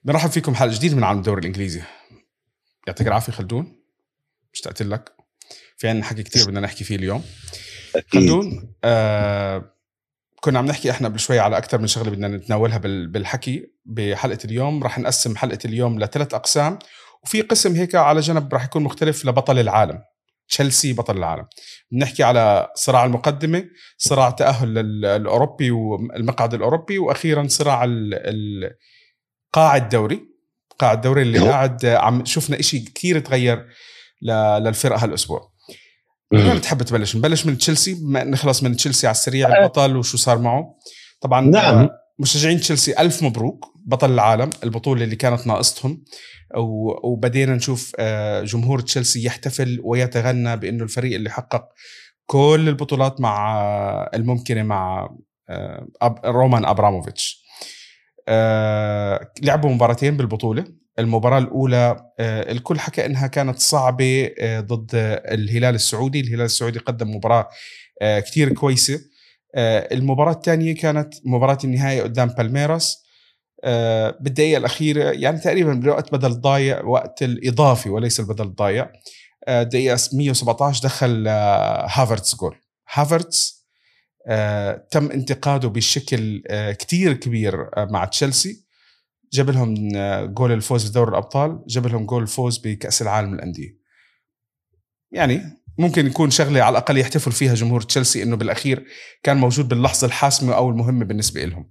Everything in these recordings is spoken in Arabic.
بنرحب فيكم حلقة جديدة من عالم الدوري الإنجليزي. يعطيك العافية خلدون، اشتقت لك. في عنا حكي كتير بدنا نحكي فيه اليوم. خلدون، كنا عم نحكي احنا قبل شوي على أكثر من شغلة بدنا نتناولها بالحكي بحلقة اليوم. رح نقسم حلقة اليوم ل3 أقسام، وفي قسم هيك على جنب رح يكون مختلف لبطل العالم، تشيلسي بطل العالم. بنحكي على صراع المقدمة، صراع تأهل الأوروبي والمقعد الأوروبي، وأخيرا صراع قاع الدوري اللي قاعد عم شفنا إشي كتير تغير للفرقة هالأسبوع. من وين بتحب تبلش؟ نبلش من تشيلسي، نخلص من تشيلسي على السريع، البطل وشو صار معه. طبعا نعم. مشجعين تشيلسي ألف مبروك، بطل العالم، البطولة اللي كانت ناقصتهم. وبدينا نشوف جمهور تشيلسي يحتفل ويتغنى بأنه الفريق اللي حقق كل البطولات مع الممكنة مع رومان أبراموفيتش. لعبوا مباراتين بالبطولة. المباراة الأولى الكل حكى إنها كانت صعبة ضد الهلال السعودي. الهلال السعودي قدم مباراة كتير كويسة. المباراة الثانية كانت مباراة النهاية قدام بالميراس بالدقيقة الأخيرة، يعني تقريبا بالوقت بدل ضايع، وقت الإضافي وليس البدل الضايع. دقيقة 117 دخل هافرتز جول. هافرتز تم انتقاده بشكل كتير كبير مع تشيلسي. جاب لهم جول الفوز بدوري الأبطال، جاب لهم جول الفوز بكأس العالم للأندية. يعني ممكن يكون شغلة على الأقل يحتفل فيها جمهور تشيلسي إنه بالأخير كان موجود باللحظة الحاسمة أو المهمة بالنسبة لهم.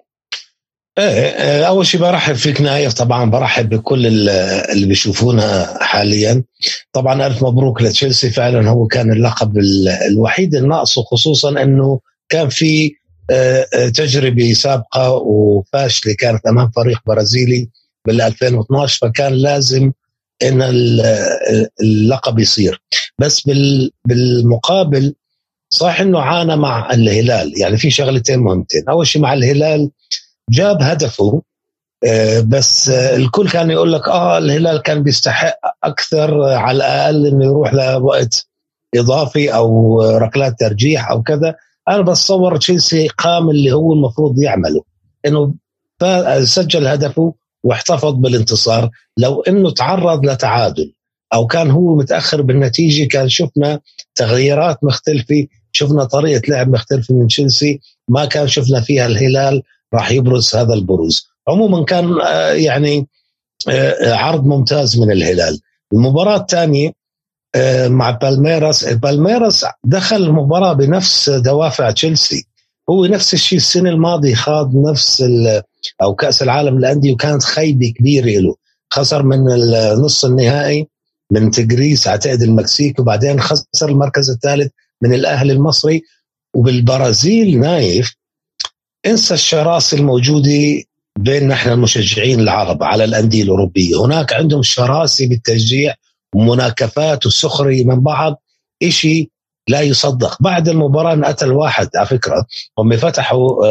أول شيء برحب فيك نايف، طبعا برحب بكل اللي بيشوفونا حاليا. طبعا ألف مبروك لتشيلسي، فعلا هو كان اللقب الوحيد الناقص، خصوصا أنه كان في تجربة سابقة وفاشلة كانت أمام فريق برازيلي بال2012، فكان لازم أن اللقب يصير. بس بالمقابل صح أنه عانى مع الهلال. يعني في شغلتين مهمتين. أول شيء مع الهلال جاب هدفه، بس الكل كان يقول لك الهلال كان بيستحق أكثر، على الأقل إنه يروح لوقت إضافي أو ركلات ترجيح أو كذا. أنا بتصور تشيلسي قام اللي هو المفروض يعمله، إنه سجل هدفه واحتفظ بالانتصار. لو إنه تعرض لتعادل أو كان هو متأخر بالنتيجة كان شفنا تغييرات مختلفة، شفنا طريقة لعب مختلفة من تشيلسي، ما كان شفنا فيها الهلال راح يبرز هذا البروز. عموما كان يعني عرض ممتاز من الهلال. المباراة الثانية مع بالميراس دخل المباراة بنفس دوافع تشيلسي. هو نفس الشيء السنة الماضية خاض نفس أو كأس العالم للأندية، وكانت خيبة كبيرة له. خسر من النص النهائي من تجريس اعتقد المكسيك، وبعدين خسر المركز الثالث من الأهلي المصري. وبالبرازيل نايف، انسى الشراسة الموجودة بين نحن المشجعين العرب على الأندية الأوروبية. هناك عندهم شراسة بالتشجيع ومناكفات وسخرية من بعض، إشي لا يصدق. بعد المباراة انقتل واحد على فكرة، هم فتحوا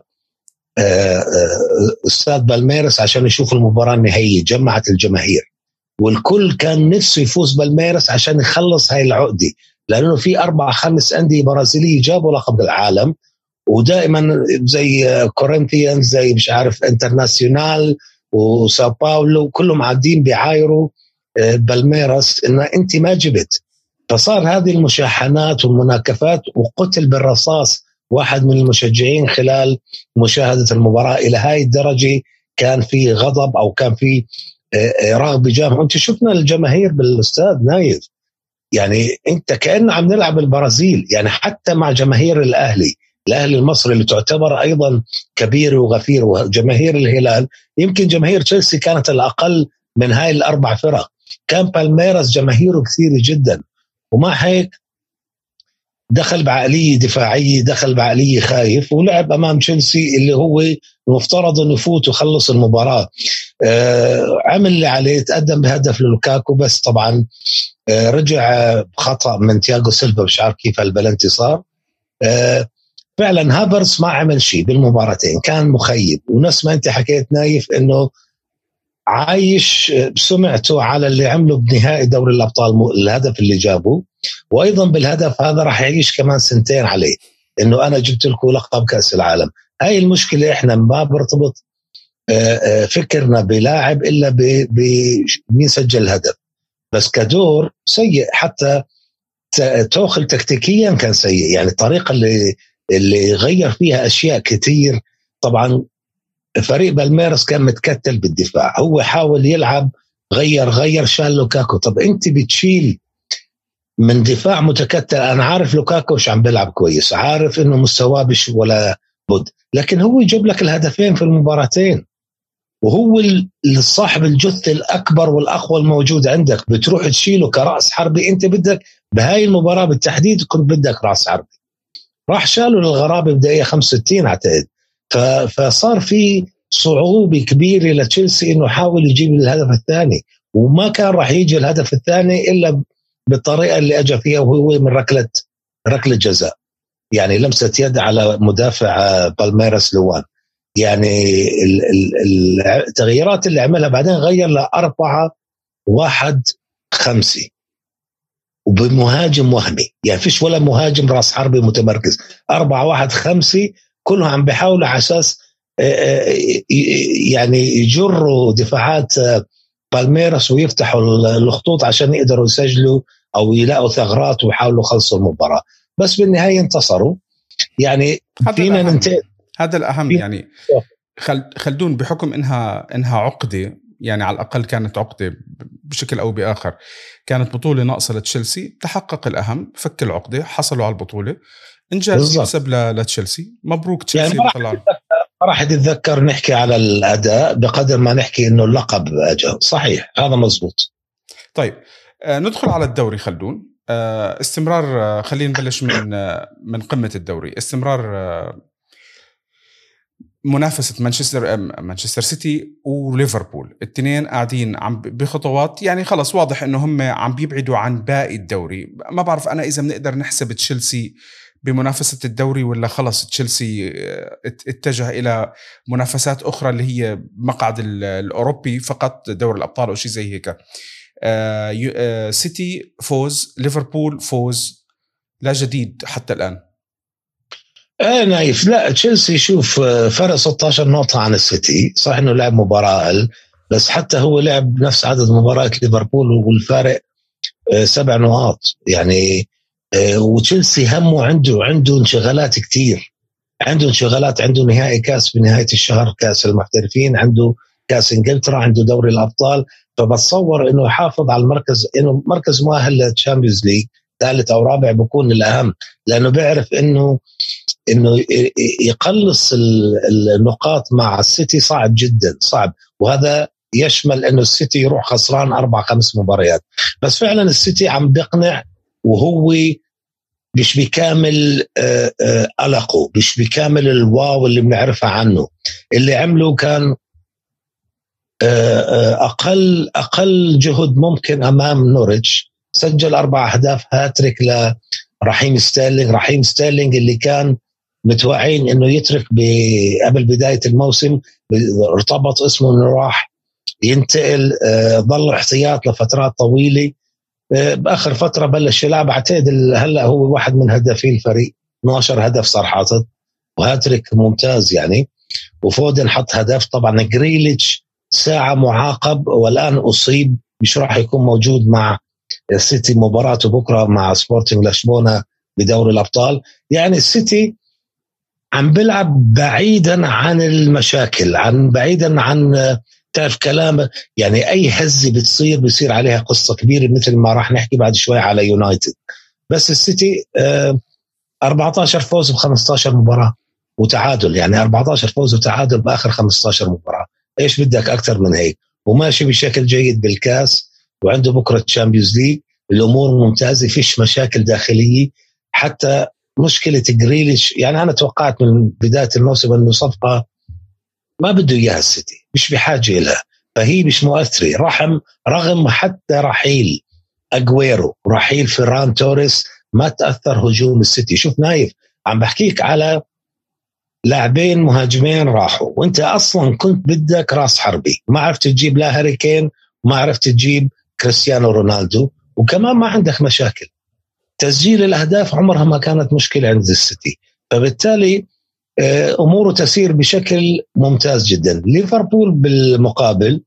استاد بالميراس عشان يشوفوا المباراة النهائية، جمعت الجماهير والكل كان نفسه يفوز بالميراس عشان يخلص هاي العقدة، لأنه في 4-5 أندية برازيلية جابوا لقب العالم، ودائما زي كورنثيانز، زي مش عارف انترناسيونال وساو باولو، كلهم عادين بيعايروا بالميراس إن أنت ما جبت. فصار هذه المشاحنات والمناكفات، وقتل بالرصاص واحد من المشجعين خلال مشاهدة المباراة. إلى هاي الدرجة كان في غضب أو كان في رغبة جامعة. أنت شفنا الجماهير بالاستاد نايف، يعني أنت كأننا عم نلعب البرازيل. يعني حتى مع جماهير الأهلي المصري اللي تعتبر أيضا كبير وغفير، وجماهير الهلال، يمكن جماهير تشيلسي كانت الأقل من هاي ال4 فرق. كان بالميراس جماهيره كثير جدا، ومع هيك دخل بعقلية دفاعية، دخل بعقلية خايف، ولعب أمام تشيلسي اللي هو المفترض أنه يفوت وخلص المباراة. عمل اللي عليه، تقدم بهدف للوكاكو، بس طبعا رجع بخطأ من تياغو سيلفا، مش عارف كيف البلنتي صار. فعلا هافرز ما عمل شيء بالمباراتين، كان مخيب. ونفس ما انت حكيت نايف انه عايش بسمعته على اللي عمله بنهائي دوري الأبطال، الهدف اللي جابه، وايضا بالهدف هذا راح يعيش كمان 2 عليه، انه انا جبت لكم لقب كأس العالم. هاي المشكلة، احنا ما برتبط فكرنا بلاعب إلا بمين سجل الهدف، بس كدور سيء. حتى توخل تكتيكيا كان سيء، يعني الطريقة اللي غير فيها أشياء كتير. طبعا فريق بالميراس كان متكتل بالدفاع، هو حاول يلعب غير شال لوكاكو. طب انت بتشيل من دفاع متكتل، انا عارف لوكاكو مش عم بيلعب كويس، عارف انه مستواه مش ولا بد، لكن هو يجيب لك الهدفين في المباراتين، وهو الصاحب الجثة الأكبر والأقوى الموجود عندك، بتروح تشيله كرأس حربي. أنت بدك بهاي المباراة بالتحديد كنت بدك رأس حربي، راح شالوا للغرابة بدقيقة 65 أعتقد. فصار في صعوبة كبيرة لتشيلسي إنه حاول يجيب الهدف الثاني، وما كان راح يجي الهدف الثاني إلا بالطريقة اللي أجى فيها، وهو من ركلة جزاء، يعني لمسة يد على مدافع بالميراس لوان. يعني التغييرات اللي عملها بعدين غير ل4-1-5 وبمهاجم وهمي، يعني فيش ولا مهاجم راس حربي متمركز. 4-1-5 كلهم عم بيحاولوا على اساس يعني يجروا دفاعات بالميراس ويفتحوا الخطوط عشان يقدروا يسجلوا او يلاقوا ثغرات ويحاولوا يخلصوا المباراة. بس بالنهاية انتصروا. يعني فينا ننتهي، هذا الأهم. يعني خلدون بحكم إنها عقدة، يعني على الأقل كانت عقدة بشكل أو بآخر، كانت بطولة ناقصة لتشيلسي، تحقق الأهم، فك العقدة، حصلوا على البطولة، إنجاز يحسب لتشيلسي. مبروك تشيلسي. يعني ما راح نتذكر نحكي على الأداء بقدر ما نحكي إنه اللقب أجا. صحيح، هذا مزبوط. طيب ندخل على الدوري خلدون. استمرار، خلينا نبلش من قمة الدوري. استمرار منافسة مانشستر سيتي وليفربول، الاثنين قاعدين عم بخطوات، يعني خلص واضح انه هم عم بيبعدوا عن باقي الدوري. ما بعرف انا اذا بنقدر نحسب تشيلسي بمنافسة الدوري ولا خلص تشيلسي اتجه الى منافسات اخرى اللي هي مقعد الاوروبي فقط، دوري الابطال او شيء زي هيك. سيتي فوز، ليفربول فوز، لا جديد حتى الان. نايف. لا، تشيلسي شوف فرق 16 نقطة عن السيتي، صح انه لعب مباراة اقل، بس حتى هو لعب نفس عدد مباريات ليفربول والفارق 7 نقاط يعني. وتشيلسي همه عنده انشغالات كتير، عنده انشغالات، عنده نهائي كاس في نهاية الشهر، كاس المحترفين، عنده كاس انجلترا، عنده دوري الابطال. فبتصور انه يحافظ على المركز، انه مركز مؤهل للتشامبيونز ليج ثالث او رابع بيكون الاهم، لانه بيعرف انه يقلص النقاط مع السيتي صعب جدا، صعب. وهذا يشمل انه السيتي يروح خسران 4-5 مباريات. بس فعلا السيتي عم بيقنع، وهو مش بكامل قلقه، مش بكامل الواو اللي بنعرفها عنه. اللي عمله كان أقل جهد ممكن أمام نوريتش، سجل 4 أهداف، هاتريك لرحيم ستيرلينج اللي كان متوقعين إنه يترك قبل بداية الموسم، ارتبط اسمه إنه راح ينتقل، ظل احتياط لفترات طويلة، بآخر فترة بلش يلعب. اعتقد هلأ هو واحد من هدافي الفريق، 12 هدف صار حاطط وهاتريك ممتاز يعني. وفودن حط هدف. طبعا جريليتش ساعة معاقب والآن أصيب، مش راح يكون موجود مع السيتي مباراته بكرة مع سبورتنج لشبونة بدوري الأبطال. يعني السيتي عم بلعب بعيدا عن المشاكل، بعيدا عن تعرف كلام، يعني أي هزة بيصير عليها قصة كبيرة، مثل ما راح نحكي بعد شوي على يونايتد. بس السيتي 14 فوز ب15 مباراة وتعادل، يعني 14 فوز وتعادل بآخر 15 مباراة. إيش بدك أكتر من هيك؟ وماشي بشكل جيد بالكاس، وعنده بكرة تشامبيونز ليج، الأمور ممتازة، فيش مشاكل داخلية. حتى مشكلة جريليش، يعني أنا توقعت من بداية الموسم أنه صفقة ما بده إياها السيتي، مش بحاجة لها، فهي مش مؤثرة. رغم حتى رحيل أغويرو، رحيل فيران توريس، ما تأثر هجوم السيتي. شوف نايف، عم بحكيك على لاعبين مهاجمين راحوا، وانت اصلا كنت بدك راس حربي، ما عرفت تجيب لا هاري كين وما عرفت تجيب كريستيانو رونالدو، وكمان ما عندك مشاكل. تسجيل الاهداف عمرها ما كانت مشكله عند السيتي. فبالتالي أموره تسير بشكل ممتاز جدا. ليفربول بالمقابل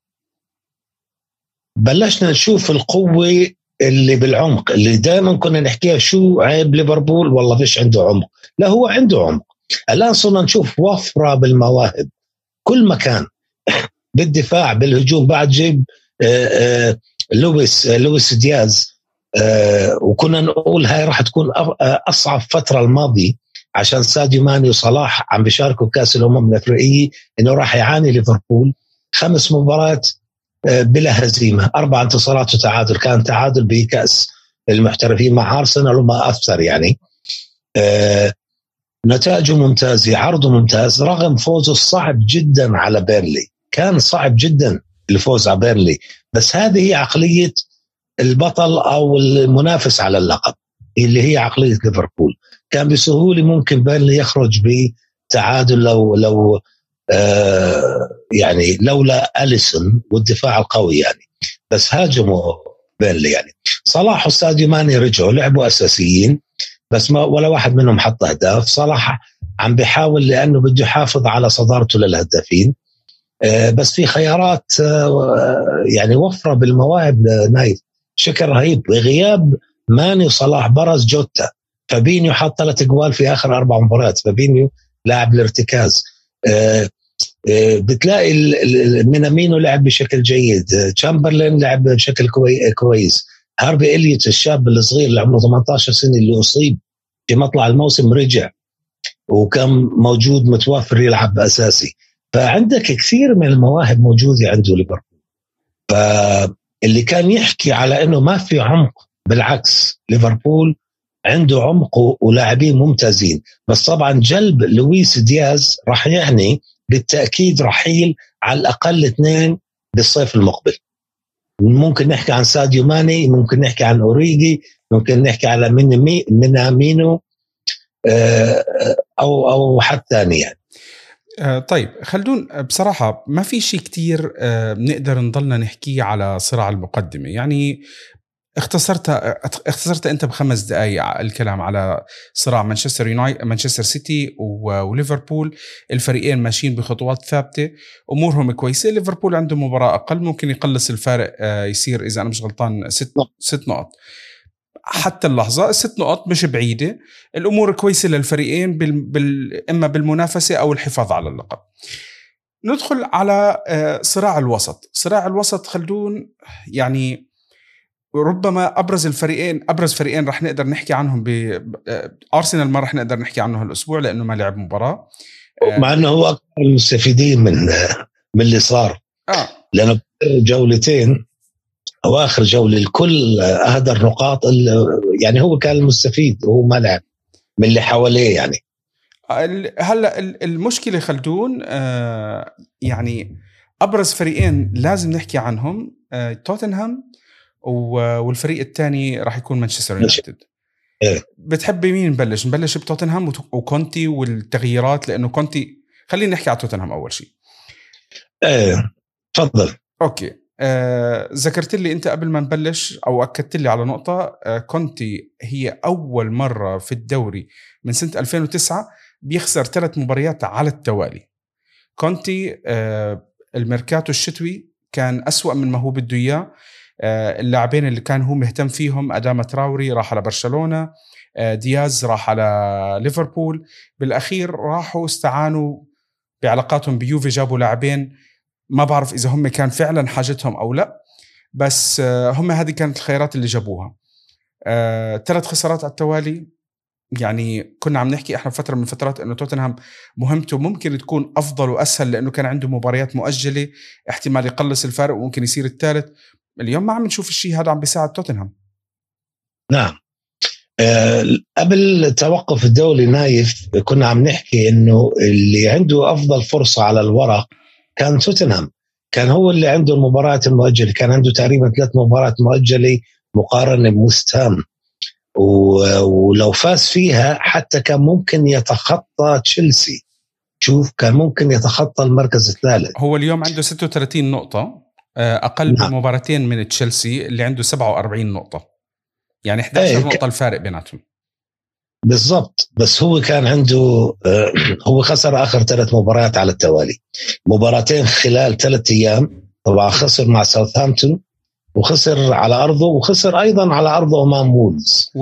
بلشنا نشوف القوة اللي بالعمق اللي دائما كنا نحكيها، شو عيب ليفربول؟ والله فيش عنده عمق. لا، هو عنده عمق. الآن صرنا نشوف وفرة بالمواهب كل مكان، بالدفاع بالهجوم. بعد جيب لويس دياز، وكنا نقول هاي راح تكون أصعب فترة الماضي عشان ساديو ماني وصلاح عم بيشاركوا كأس الأمم الأفريقية، إنه راح يعاني ليفربول 5 مباريات بلا هزيمة، 4 انتصارات وتعادل. كان تعادل بكأس المحترفين مع أرسنال وما أكثر يعني. نتائجه ممتازة، عرضه ممتاز، رغم فوزه الصعب جدا على بيرلي. كان صعب جدا الفوز على بيرلي، بس هذه هي عقلية البطل أو المنافس على اللقب، اللي هي عقلية ليفربول. كان بسهولة ممكن بيرلي يخرج بتعادل لو يعني لولا أليسون والدفاع القوي يعني، بس هاجموا بيرلي يعني. صلاح وساديو ماني رجعوا لعبوا أساسيين، بس ما ولا واحد منهم حط أهداف. صلاح عم بيحاول لأنه بده يحافظ على صدارته للهدافين، بس في خيارات يعني وفرة بالمواهب نايف شكل رهيب. بغياب ماني وصلاح برز جوتا. فابينيو حط 3 جوال في آخر 4 مباريات. فابينيو لاعب الارتكاز. بتلاقي مينامينو لعب بشكل جيد، تشامبرلين لعب بشكل كويس. هاربي إليوت الشاب الصغير اللي عمره 18 سنة اللي أصيب في مطلع الموسم رجع وكان موجود متوفر يلعب أساسي. فعندك كثير من المواهب موجودة عنده ليفربول. فاللي كان يحكي على أنه ما في عمق، بالعكس ليفربول عنده عمق ولاعبين ممتازين. بس طبعا جلب لويس دياز راح يعني بالتأكيد رحيل على الأقل 2 بالصيف المقبل. ممكن نحكي عن ساديو ماني، ممكن نحكي عن أوريجي، ممكن نحكي على مينامينو أو حد ثاني يعني. طيب خلدون، بصراحة ما في شيء كتير نقدر نضلنا نحكي على صراع المقدمة. يعني اختصرت انت ب5 دقائق الكلام على صراع مانشستر سيتي وليفربول. الفريقين ماشيين بخطوات ثابته، امورهم كويسه. ليفربول عنده مباراه اقل، ممكن يقلص الفارق، يصير اذا انا مش غلطان 6 نقط. حتى اللحظه 6 نقط مش بعيده. الامور كويسه للفريقين اما بالمنافسه او الحفاظ على اللقب. ندخل على صراع الوسط خلدون. يعني ربما أبرز فريقين رح نقدر نحكي عنهم. أرسنال ما رح نقدر نحكي عنه هالأسبوع لأنه ما لعب مباراة، مع أنه هو أكثر المستفيدين من اللي صار. لأنه جولتين أو آخر جولة الكل أهدى النقاط، يعني هو كان المستفيد وهو ما لعب من اللي حواليه يعني. هلأ المشكلة خلدون، يعني أبرز فريقين لازم نحكي عنهم توتنهام والفريق الثاني راح يكون مانشستر يونايتد. بتحب مين نبلش بتوتنهام وكونتي والتغييرات؟ لأنه كونتي، خلينا نحكي على توتنهام أول شيء. تفضل. أوكي. ذكرت لي أنت قبل ما نبلش أو أكدت لي على نقطة. كونتي هي أول مرة في الدوري من سنة 2009 بيخسر 3 مباريات على التوالي. كونتي الميركاتو الشتوي كان أسوأ من ما هو بده إياه. اللاعبين اللي كان هو مهتم فيهم، أداما تراوري راح على برشلونة، دياز راح على ليفربول. بالأخير راحوا استعانوا بعلاقاتهم بيوفي، جابوا لاعبين ما بعرف إذا هم كان فعلا حاجتهم أو لا، بس هم هذه كانت الخيارات اللي جابوها. 3 خسارات على التوالي. يعني كنا عم نحكي احنا فترة من فترات انه توتنهام مهمته ممكن تكون افضل واسهل لانه كان عنده مباريات مؤجلة، احتمال يقلص الفارق وممكن يصير الثالث. اليوم ما عم نشوف الشيء هذا عم بيساعد توتنهام. نعم. قبل توقف الدولي نايف كنا عم نحكي انه اللي عنده افضل فرصة على الورق كان توتنهام. كان هو اللي عنده المباريات المؤجلة، كان عنده تقريبا 3 مباريات مؤجلة مقارنة بوستهام، ولو فاز فيها حتى كان ممكن يتخطى تشيلسي. شوف، كان ممكن يتخطى المركز الثالث. هو اليوم عنده 36 نقطة، أقل بمباراتين من تشيلسي اللي عنده 47 نقطة. يعني 11 نقطة الفارق بيناتهم. بالضبط. بس هو كان عنده هو خسر آخر 3 مباريات على التوالي، مباراتين خلال 3 أيام. طبعا خسر مع ساوثهامبتون، وخسر على أرضه، وخسر أيضا على أرضه أمام وولفز.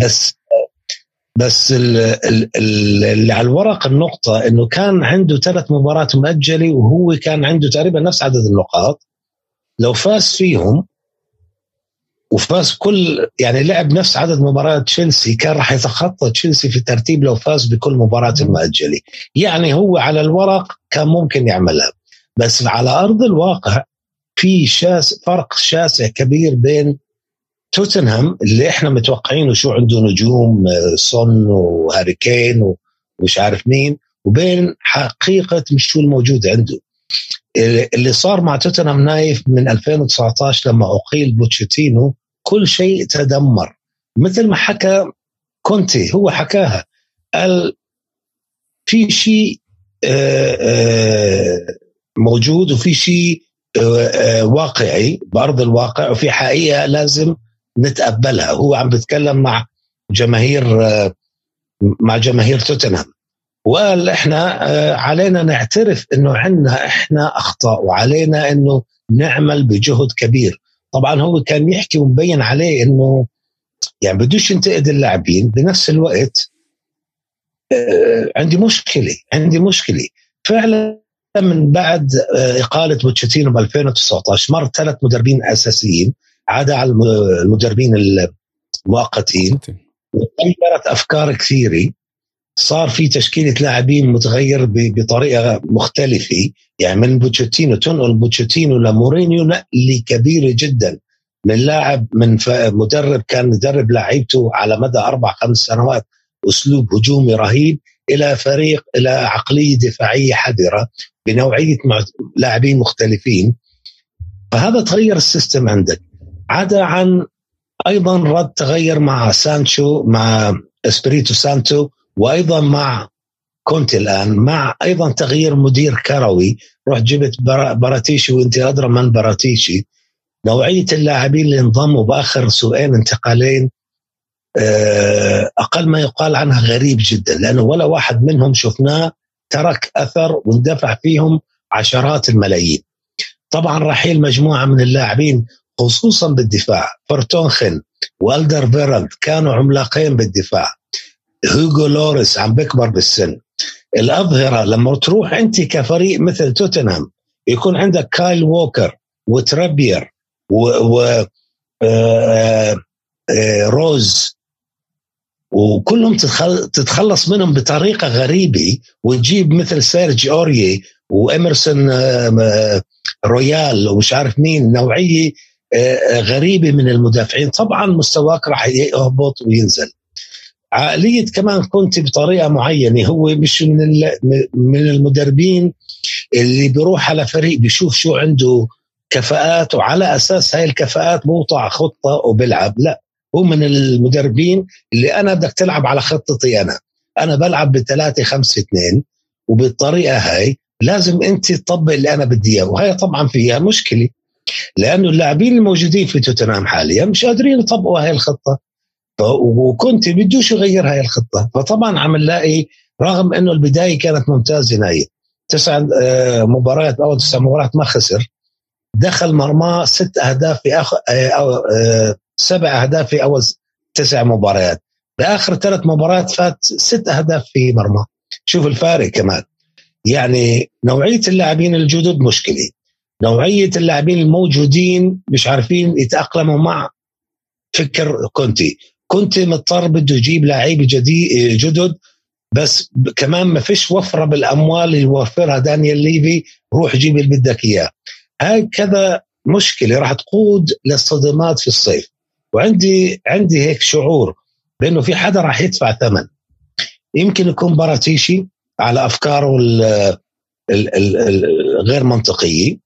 بس اللي على الورق النقطة إنه كان عنده 3 مباريات مؤجلة، وهو كان عنده تقريبا نفس عدد النقاط. لو فاز فيهم وفاز كل يعني لعب نفس عدد مباريات تشيلسي، كان راح يتخطى تشيلسي في الترتيب لو فاز بكل مباراة المؤجلة. يعني هو على الورق كان ممكن يعملها، بس على أرض الواقع في فرق شاسع كبير بين توتنهام اللي احنا متوقعينه شو عنده نجوم سون وهاري كين ومش عارف مين، وبين حقيقة مش شو الموجود عنده. اللي صار مع توتنهام نايف من 2019 لما أقيل بوتشيتينو، كل شيء تدمر. مثل ما حكى كونتي، هو حكاها، قال في شيء موجود وفي شيء واقعي بأرض الواقع، وفي حقيقة لازم نتقبلها. هو عم بيتكلم مع جماهير توتنهام، وقال احنا علينا نعترف انه عندنا احنا اخطاء، وعلينا انه نعمل بجهد كبير. طبعا هو كان يحكي ومبين عليه انه يعني بدوش ينتقد اللاعبين، بنفس الوقت عندي مشكلة فعلا. من بعد إقالة بوتشيتينو ب 2019 مر 3 مدربين أساسيين عدا على المدربين المؤقتين، وتغيرت أفكار كثيرة. صار في تشكيلة لاعبين متغير بطريقة مختلفة. يعني من بوتشيتينو، تنقل بوتشيتينو لمورينيو نقلة كبيرة جدا، من لاعب من مدرب كان يدرب لاعيبته على مدى 4-5 سنوات أسلوب هجومي رهيب، إلى فريق، إلى عقلية دفاعية حذرة بنوعية لاعبين مختلفين. فهذا تغير السيستم عندك. عدا عن أيضا رد تغير مع سانشو، مع اسبريتو سانتو، وأيضا مع كونتي الآن، مع أيضا تغيير مدير كروي. رحت جبت براتيشي، وانت أدرى من براتيشي. نوعية اللاعبين اللي انضموا بآخر سوقين انتقالين أقل ما يقال عنها غريب جدا، لأنه ولا واحد منهم شفناه ترك أثر واندفع فيهم عشرات الملايين. طبعا رحيل مجموعة من اللاعبين خصوصا بالدفاع، فرتونخن والدر فيرالد كانوا عملاقين بالدفاع. هوغو لوريس عم بكبر بالسن. الأظهرة لما تروح أنت كفريق مثل توتنهام يكون عندك كايل ووكر وترابير روز، وكلهم تتخلص منهم بطريقة غريبة، وتجيب مثل سيرج أوريه وإمرسون رويال ومش عارف مين، نوعية غريبة من المدافعين. طبعا مستواك راح يهبط وينزل. عقلية كمان كنت بطريقة معينة. هو مش من المدربين اللي بيروح على فريق بيشوف شو عنده كفاءات وعلى أساس هاي الكفاءات بوضع خطة وبلعب. لا، هو من المدربين اللي أنا بدك تلعب على خطتي، أنا بلعب ب3-5-2، وبالطريقة هاي لازم أنت تطبق اللي أنا بدي إياه. وهي طبعا فيها مشكلة، لأنه اللاعبين الموجودين في توتنهام حاليا مش قادرين يطبقوا هاي الخطة، وكنت بدوش يغير هاي الخطة. فطبعا عم نلاقي رغم أنه البداية كانت ممتازة، نايف 9 مباريات أو 9 مباريات ما خسر، دخل مرمى 6 أهداف في 7 أهداف في أول 9 مباريات. بآخر 3 مباريات فات 6 أهداف في مرمى. شوف الفارق كمان. يعني نوعية اللاعبين الجدد مشكلة، نوعية اللاعبين الموجودين مش عارفين يتأقلموا مع فكر كونتي مضطر بده يجيب لاعب جدد، بس كمان ما فيش وفرة بالأموال اللي يوفرها دانيال ليفي، روح جيب اللي بدك إياه. هاي كذا مشكلة راح تقود للصدمات في الصيف. وعندي هيك شعور بأنه في حدا راح يدفع ثمن. يمكن يكون براتيشي على أفكاره الغير منطقية،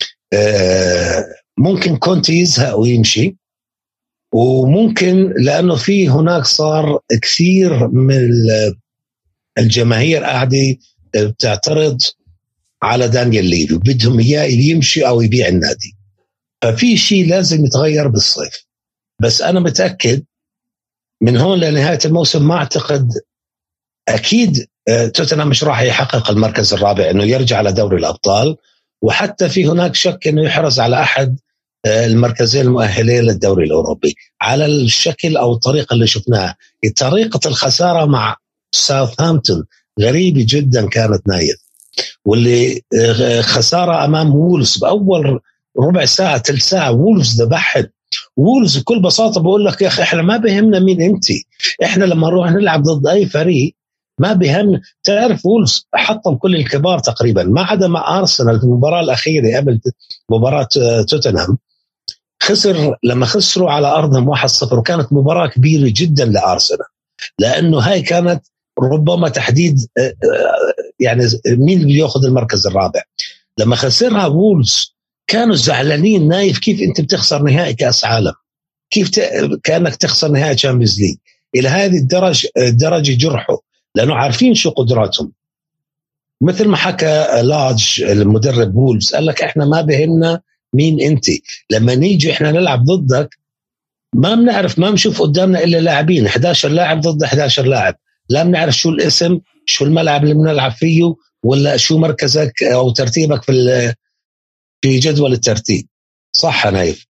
ممكن كونتي يزهق ويمشي، وممكن لأنه في هناك صار كثير من الجماهير قاعدة بتعترض على دانيال ليفي، بدهم إياه يمشي أو يبيع النادي. ففي شيء لازم يتغير بالصيف. بس أنا متأكد من هون لنهاية الموسم ما أعتقد، أكيد توتنهام مش راح يحقق المركز الرابع إنه يرجع لدوري الأبطال، وحتى في هناك شك إنه يحرز على أحد المركزين المؤهلين للدوري الأوروبي على الشكل أو الطريقة اللي شفناها. طريقة الخسارة مع ساوثهامبتون غريبة جدا كانت نايف، واللي خسارة أمام وولفز بأول ربع ساعة ثلث ساعة وولفز ذبحت. وولفز بكل بساطة بقول لك يا أخي إحنا ما بهمنا مين أنتي، إحنا لما نروح نلعب ضد أي فريق ما بهمنا. تعرف وولفز حطم كل الكبار تقريبا ما عدا مع أرسنال في المباراة الأخيرة قبل مباراة توتنهام، خسر لما خسروا على أرضهم 1-0، وكانت مباراة كبيرة جدا لأرسنال لأنه هاي كانت ربما تحديد يعني مين اللي يأخذ المركز الرابع. لما خسرها وولفز كانوا زعلانين نايف، كيف أنت بتخسر نهائي كأس عالم، كيف كأنك تخسر نهائي تشامبيونز ليج. إلى هذه الدرجة جرحوا لأنه عارفين شو قدراتهم. مثل ما حكى لاج المدرب وولفز قال لك إحنا ما بهمنا مين أنت، لما نيجي إحنا نلعب ضدك ما بنعرف، ما بنشوف قدامنا إلا لاعبين 11 لاعب ضد 11 لاعب، لا بنعرف شو الاسم، شو الملعب اللي بنلعب فيه، ولا شو مركزك أو ترتيبك في جدول الترتيب. صح نايف.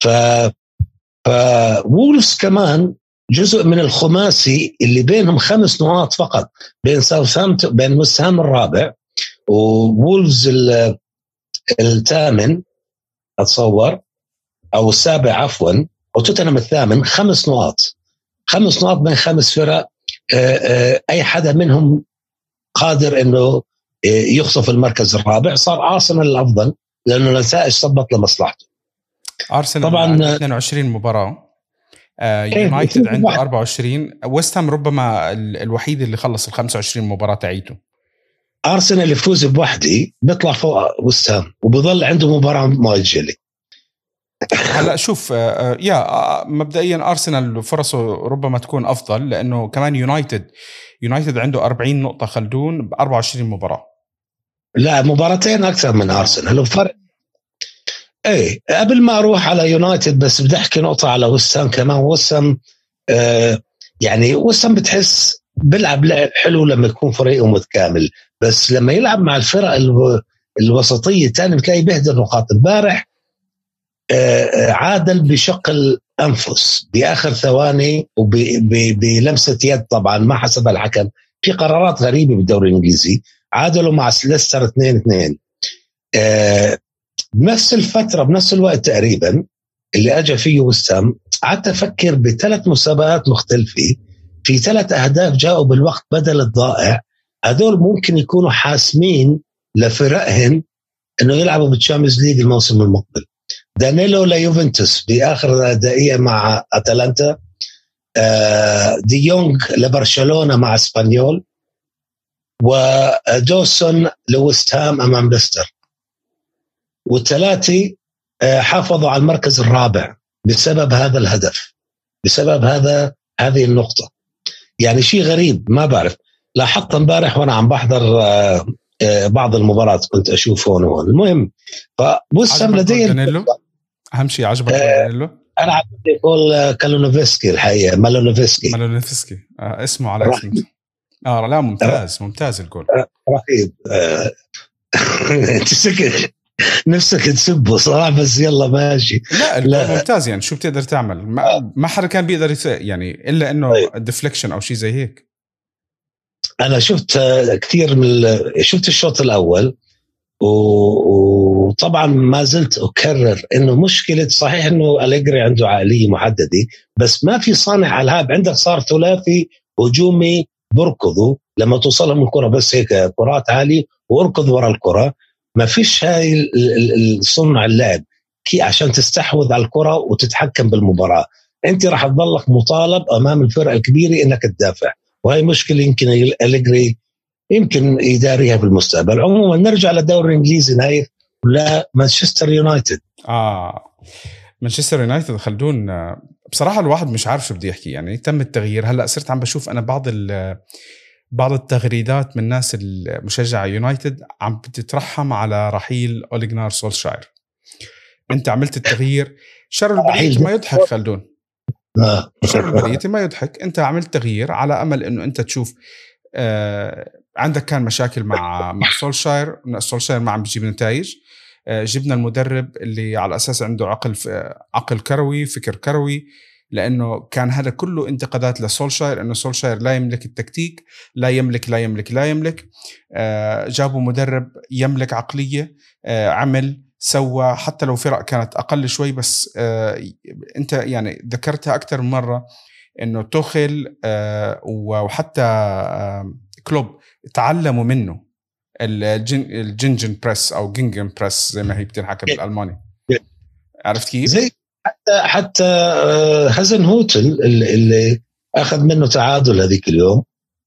وولفز كمان جزء من الخماسي اللي بينهم 5 نقاط فقط بين ساوثهامبتون، بين ويست هام الرابع وولفز الثامن أتصور أو السابع عفوا، وتوتنهام الثامن. 5 نقاط، 5 نقاط بين 5 فرق. أي حدا منهم قادر إنه يخطف المركز الرابع. صار أرسنال الأفضل لأنه النتائج صبت لمصلحته. أرسنال طبعا 22 مباراة، يونايتد عنده 24، ويست هام ربما الوحيد اللي خلص 25 مباراة تعيته. أرسنال يفوز بوحدة بيطلع فوق ويست هام وبيظل عنده مباراة مؤجلة. هلا شوف يا مبدئيا أرسنال فرصه ربما تكون أفضل لأنه كمان يونايتد عنده 40 نقطة خلدون ب24 مباراة. لا مباراتين أكثر من أرسنال وفرق. ايه قبل ما اروح على يونايتد بس بدي احكي نقطه على وسام كمان. وسام يعني وسام بتحس بيلعب لعب حلو لما يكون فريقه متكامل، بس لما يلعب مع الفرق الوسطيه الثانيه بتلاقي بيهدر نقاط. امبارح عادل بشق الانفس باخر ثواني وبلمسه يد، طبعا ما حسب الحكم. في قرارات غريبه بالدوري الانجليزي. عادلوا مع ليستر 2-2 بنفس الفترة بنفس الوقت تقريبا اللي أجى فيه وسام. قعدت أفكر ب3 مسابقات مختلفة في 3 أهداف جاءوا بالوقت بدل الضائع. هذول ممكن يكونوا حاسمين لفرقهم إنه يلعبوا بالتشامبيونز ليج الموسم المقبل. دانيلو ليوفنتوس بآخر دقيقة مع أتلانتا، دي يونغ لبرشلونة مع اسبانيول، ودوسون لويست هام أمام ليستر. والثلاثة حافظوا على المركز الرابع بسبب هذا الهدف، بسبب هذه النقطة. يعني شيء غريب ما بعرف. لاحظت امبارح وانا عم بحضر بعض المباريات كنت اشوف هون وهون. المهم فبوسام لدي اهم شيء عجبك دانيلو. انا عجبني يقول كالونوفسكي الحقيقة مالونوفسكي اسمه على اسمه. لا ممتاز الجول رهيب. انت سكت نفسك تسبه صراحة بس يلا ماشي. لا ممتاز. يعني شو بتقدر تعمل؟ ما حدا كان بيقدر يعني إلا إنه ديفليكشن أو شيء زي هيك. أنا شفت كثير شفت الشوط الأول وطبعا ما زلت أكرر إنه مشكلة صحيح إنه أليجري عنده عقلية محددة بس ما في صانع ألعاب. عندك صار ثلاثي هجومي بركضوا لما توصلهم الكرة بس هيك كرات عالية واركض ورا الكرة. ما فيش هاي الصنع اللعب كي عشان تستحوذ على الكرة وتتحكم بالمباراة. انت راح تضلك مطالب امام الفرقة الكبيرة انك تدافع، وهي مشكلة يمكن أليجري يمكن يداريها في المستقبل. عموما نرجع للدوري الانجليزي نايف ولا مانشستر يونايتد. مانشستر يونايتد خلدون بصراحة الواحد مش عارف شو بدي يحكي. يعني تم التغيير. هلأ صرت عم بشوف أنا بعض التغريدات من ناس المشجعة يونايتد عم بتترحم على رحيل أولي جنار سولشاير. انت عملت التغيير، شر البعيد ما يضحك خلدون. الشعب البريتي ما يضحك. انت عملت تغيير على امل انه انت تشوف عندك كان مشاكل مع سولشاير ما عم بيجيب نتائج. جبنا المدرب اللي على اساس عنده عقل كروي، فكر كروي، لانه كان هذا كله انتقادات لسولشاير، انه سولشاير لا يملك التكتيك، لا يملك. جابوا مدرب يملك عقلية، عمل سوى، حتى لو فرق كانت اقل شوي. بس انت يعني ذكرتها اكثر من مرة انه توخيل وحتى كلوب تعلموا منه الجنجن بريس او جينجن بريس زي ما هي بتنحكى بالالماني. عرفت كيف؟ زي حتى هازن هوتل اللي اخذ منه تعادل هذيك اليوم،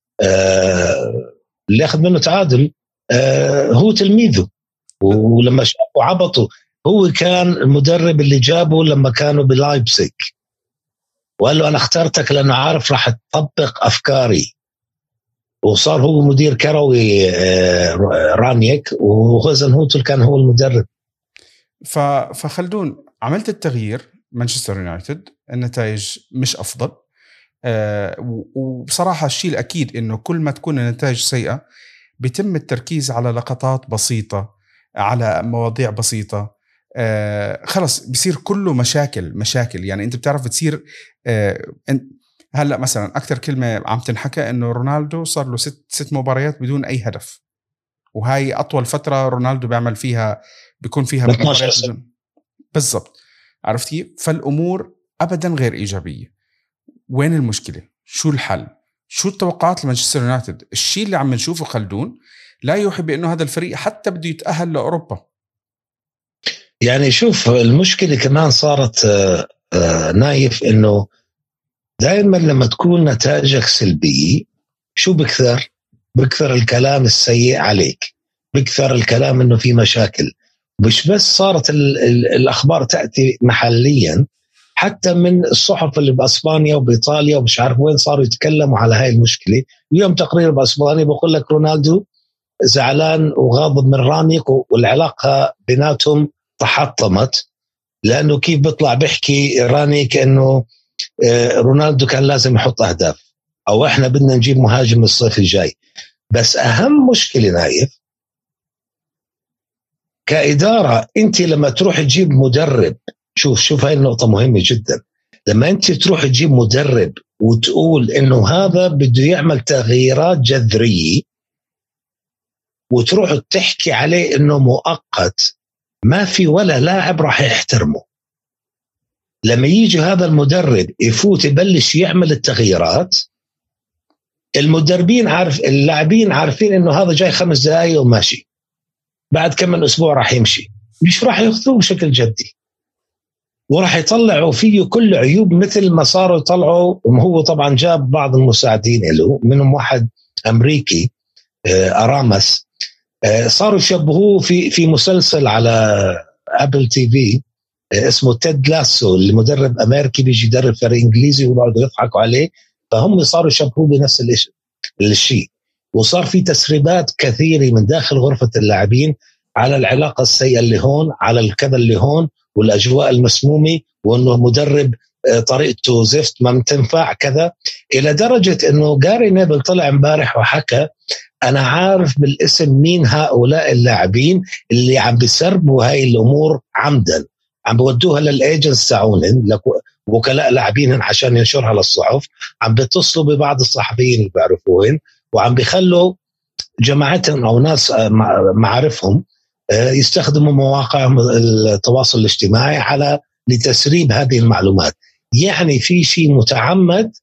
اللي اخذ منه تعادل هو تلميذه، ولما شافوا عبطوا. هو كان المدرب اللي جابه لما كانوا بلايبزيغ، وقال له انا اخترتك لانه عارف راح تطبق افكاري، وصار هو مدير كروي رانيك، وهازن هوتل كان هو المدرب. فخلدون عملت التغيير مانشستر يونايتد، النتائج مش أفضل. وبصراحة الشيء الأكيد إنه كل ما تكون النتائج سيئة بيتم التركيز على لقطات بسيطة، على مواضيع بسيطة. خلص بيصير كله مشاكل. يعني أنت بتعرف بتصير هلأ مثلا أكثر كلمة عم تنحكى إنه رونالدو صار له 6 مباريات بدون أي هدف، وهاي أطول فترة رونالدو بيكون فيها مباريات بالضبط. عرفت كيف؟ فالأمور أبدا غير إيجابية. وين المشكلة؟ شو الحل؟ شو التوقعات لمانشستر يونايتد؟ الشيء اللي عم نشوفه خلدون لا يوحي بأنه هذا الفريق حتى بده يتأهل لأوروبا. يعني شوف، المشكلة كمان صارت نايف إنه دائما لما تكون نتائجك سلبية شو بكثر الكلام السيء عليك، بكثر الكلام إنه في مشاكل. مش بس صارت الأخبار تأتي محليا، حتى من الصحف اللي بأسبانيا وبإيطاليا ومش عارف وين صاروا يتكلموا على هاي المشكلة. اليوم تقرير بأسبانيا بقول لك رونالدو زعلان وغاضب من رانيك، والعلاقة بيناتهم تحطمت، لأنه كيف بيطلع بيحكي رانيك إنه رونالدو كان لازم يحط أهداف، أو إحنا بدنا نجيب مهاجم الصيف الجاي. بس أهم مشكلة نايف كإدارة، أنت لما تروح تجيب مدرب، شوف هاي النقطة مهمة جدا. لما أنت تروح تجيب مدرب وتقول إنه هذا بده يعمل تغييرات جذرية، وتروح تحكي عليه إنه مؤقت، ما في ولا لاعب راح يحترمه. لما يجي هذا المدرب يفوت يبلش يعمل التغييرات، اللاعبين عارفين إنه هذا جاي 5 دقايق وماشي، بعد كم من أسبوع راح يمشي، مش راح يأخذوه بشكل جدي، وراح يطلعوا فيه كل عيوب مثل ما صاروا يطلعوا. هو طبعا جاب بعض المساعدين له، منهم واحد أمريكي أرامس، صاروا يشبهوه في مسلسل على أبل تي في اسمه تيد لاسو، اللي مدرب أمريكي بيجي يدرب فريق إنجليزي وبعضوا يضحكوا عليه، فهم صاروا يشبهوه بنفس الشيء. وصار في تسريبات كثيرة من داخل غرفة اللاعبين على العلاقة السيئة اللي هون، على الكذا اللي هون، والأجواء المسمومة، وأنه مدرب طريقته زفت ما تنفع كذا، إلى درجة أنه جاري نيفل طلع امبارح وحكى أنا عارف بالاسم مين هؤلاء اللاعبين اللي عم بيسربوا هاي الأمور عمدا، عم بودوها للإيجنس تاعونن وكلاء لاعبين عشان ينشرها للصحف، عم بيتصلوا ببعض الصحفيين اللي بيعرفوهن، وعم بيخلوا جماعتهم أو ناس معارفهم يستخدموا مواقع التواصل الاجتماعي على لتسريب هذه المعلومات. يعني في شيء متعمد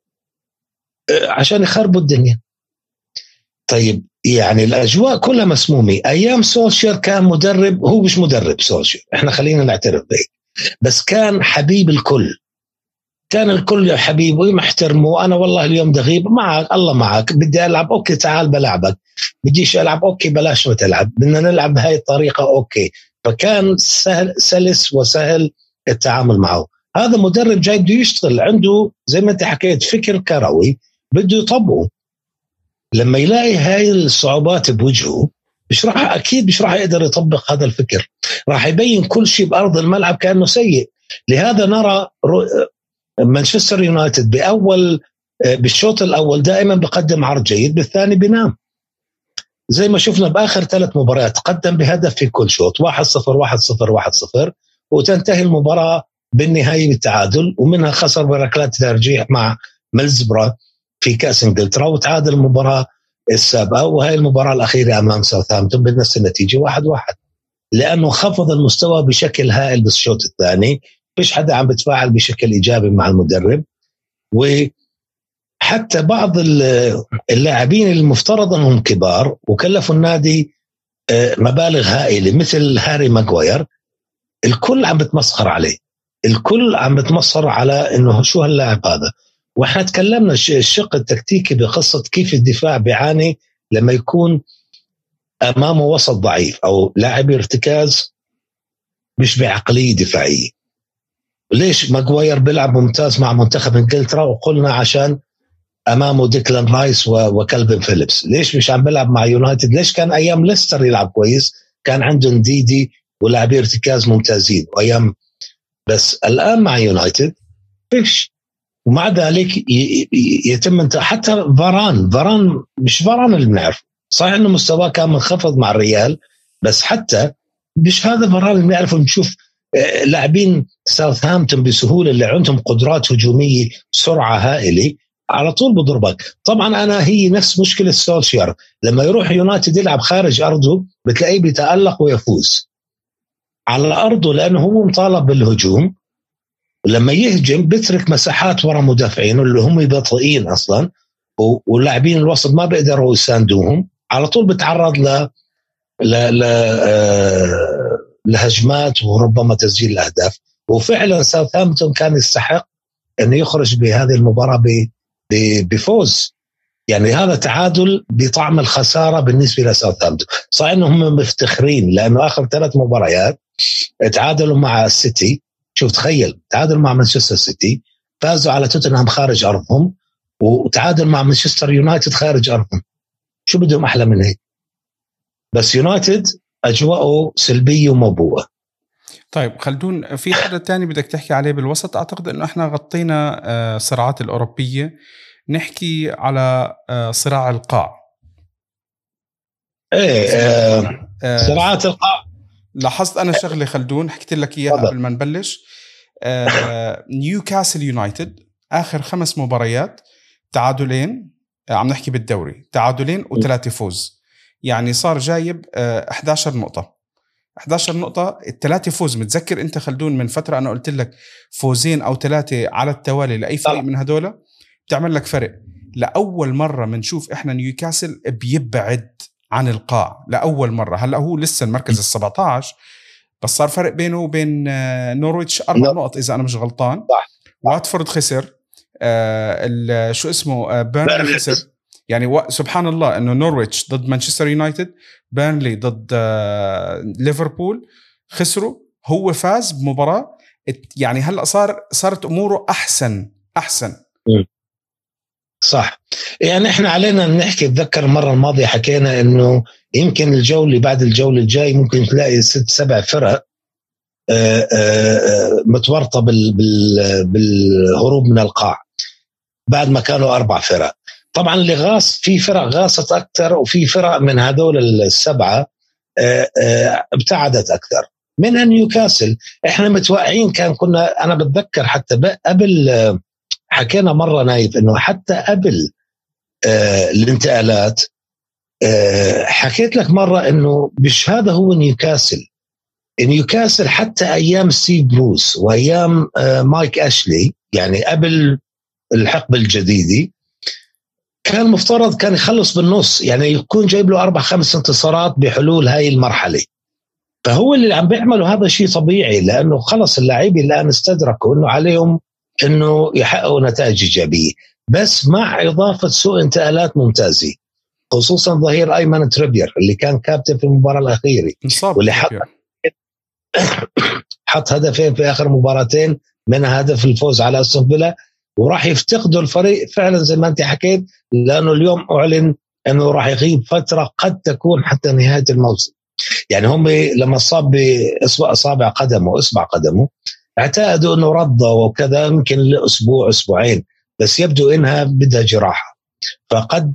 عشان يخربوا الدنيا. طيب يعني الأجواء كلها مسمومة. أيام سولشير كان مدرب، هو مش مدرب سولشير، احنا خلينا نعترف به، بس كان حبيب الكل، كان الكل يا حبيب ويحترمه. أنا والله اليوم دغيب معك، الله معك، بدي ألعب أوكي تعال بلعبك، بديش ألعب أوكي بلاش ما تلعب، بدنا نلعب بهاي الطريقة أوكي. فكان سلس وسهل التعامل معه. هذا مدرب جاي بده يشتغل، عنده زي ما أنت حكيت فكر كروي بده يطبقه. لما يلاقي هاي الصعوبات بوجهه مش راح يقدر يطبق هذا الفكر، راح يبين كل شيء بأرض الملعب كأنه سيء. لهذا نرى مانشستر يونايتد بالشوط الأول دائما بقدم عرض جيد، بالثاني بينام، زي ما شفنا بآخر 3 مباريات قدم بهدف في كل شوط، 1-0 1-0 1-0، وتنتهي المباراة بالنهاية بالتعادل، ومنها خسر بركلات ترجيح مع ميلزبرا في كأس انجلترا، وتعادل المباراة السابقة، وهي المباراة الأخيرة أمام ساوثهامبتون بنفس النتيجة 1-1، لأنه خفض المستوى بشكل هائل بالشوط الثاني، فيش حدا عم بتفاعل بشكل إيجابي مع المدرب. وحتى بعض اللاعبين المفترض أنهم كبار وكلفوا النادي مبالغ هائلة مثل هاري ماغواير، الكل عم بتمسخر عليه، الكل عم بتمسخر على انه شو هاللاعب هذا. واحنا تكلمنا الشق التكتيكي بقصة كيف الدفاع بيعاني لما يكون امامه وسط ضعيف او لاعب ارتكاز مش بعقلية دفاعية. ليش ماغواير بيلعب ممتاز مع منتخب انجلترا وقلنا عشان امامه ديكلان رايس وكلفن فيليبس؟ ليش مش عم بيلعب مع يونايتد؟ ليش كان ايام ليستر يلعب كويس، كان عنده نديدي ولاعبي ارتكاز ممتازين وايام، بس الان مع يونايتد فيش. ومع ذلك يتم انت حتى فاران مش فاران اللي بنعرف، صحيح انه مستواه كان منخفض مع الريال، بس حتى مش هذا فاران اللي بنعرفه. نشوف لاعبين ساوثهامبتون بسهوله اللي عندهم قدرات هجوميه سرعه هائله على طول بضربك. طبعا انا هي نفس مشكله سولشير، لما يروح يونايتد يلعب خارج ارضه بتلاقيه بيتالق ويفوز على ارضه لانه هو مطالب بالهجوم، ولما يهجم بترك مساحات ورا مدافعينه اللي هم بطيئين اصلا، واللاعبين الوسط ما بيقدروا يساندوهم، على طول بتعرض لهجمات وربما تسجيل الاهداف. وفعلا ساوثهامبتون كان يستحق انه يخرج بهذه المباراه بفوز، يعني هذا تعادل بطعم الخساره بالنسبه لساوثهامبتون. صحيح انهم مفتخرين لانه اخر 3 مباريات تعادلوا مع السيتي، شوف تخيل تعادلوا مع مانشستر سيتي، فازوا على توتنهام خارج ارضهم، وتعادل مع مانشستر يونايتد خارج ارضهم، شو بدهم احلى من هيك؟ بس يونايتد اجواءه سلبيه وموبوءه. طيب خلدون، في حدا تاني بدك تحكي عليه بالوسط؟ اعتقد انه احنا غطينا الصراعات الاوروبيه، نحكي على صراع القاع. صراعات القاع. لاحظت انا شغله خلدون حكيت لك اياها قبل ما نبلش. نيوكاسل يونايتد اخر 5 مباريات تعادلين، عم نحكي بالدوري، تعادلين و3 فوز، يعني صار جايب 11 نقطه. 11 نقطة، ال3 فوز. متذكر انت خلدون من فترة انا قلت لك 2 أو 3 على التوالي لاي فريق من هدول بتعمل لك فرق. لاول مرة منشوف احنا نيوكاسل بيبعد عن القاع لاول مرة. هلا هو لسه المركز ال17، بس صار فرق بينه وبين نورويتش 4 نقط اذا انا مش غلطان. واتفورد خسر، شو اسمه، بيرنلي خسر. يعني سبحان الله انه نورويتش ضد مانشستر يونايتد، بيرنلي ضد ليفربول خسروا، هو فاز بمباراة. يعني هلا صارت اموره احسن. صح. يعني احنا علينا نحكي، اتذكر المره الماضيه حكينا انه يمكن الجوله بعد الجوله الجاي ممكن تلاقي 6-7 فرق متورطه بالهروب من القاع بعد ما كانوا 4 فرق. طبعا اللي غاص، في فرق غاصت اكثر وفي فرق من هذول ال7 ابتعدت اكثر منها نيوكاسل. احنا متوقعين، انا بتذكر حتى قبل حكينا مره نايف انه حتى قبل الانتقالات حكيت لك مره انه مش هذا هو نيوكاسل حتى ايام ستيف بروس وايام مايك اشلي، يعني قبل الحقبه الجديده، كان مفترض كان يخلص بالنص، يعني يكون جايب له 4-5 انتصارات بحلول هاي المرحله. فهو اللي عم بيعمله هذا شيء طبيعي، لانه خلص اللاعبين الان استدركوا انه عليهم انه يحققوا نتائج ايجابيه، بس مع اضافه سوء انتقالات ممتازه، خصوصا ظهير ايمن تريبير اللي كان كابتن في المباراه الاخيره، واللي حط هدفين في اخر مباراتين، منها هدف الفوز على استون فيلا، وراح يفتقدوا الفريق فعلا زي ما انت حكيت، لانه اليوم اعلن انه راح يغيب فتره قد تكون حتى نهايه الموسم. يعني هم لما صاب باصبع قدمه اعتقدوا انه رضوا وكذا يمكن لاسبوع اسبوعين، بس يبدو انها بدها جراحه، فقد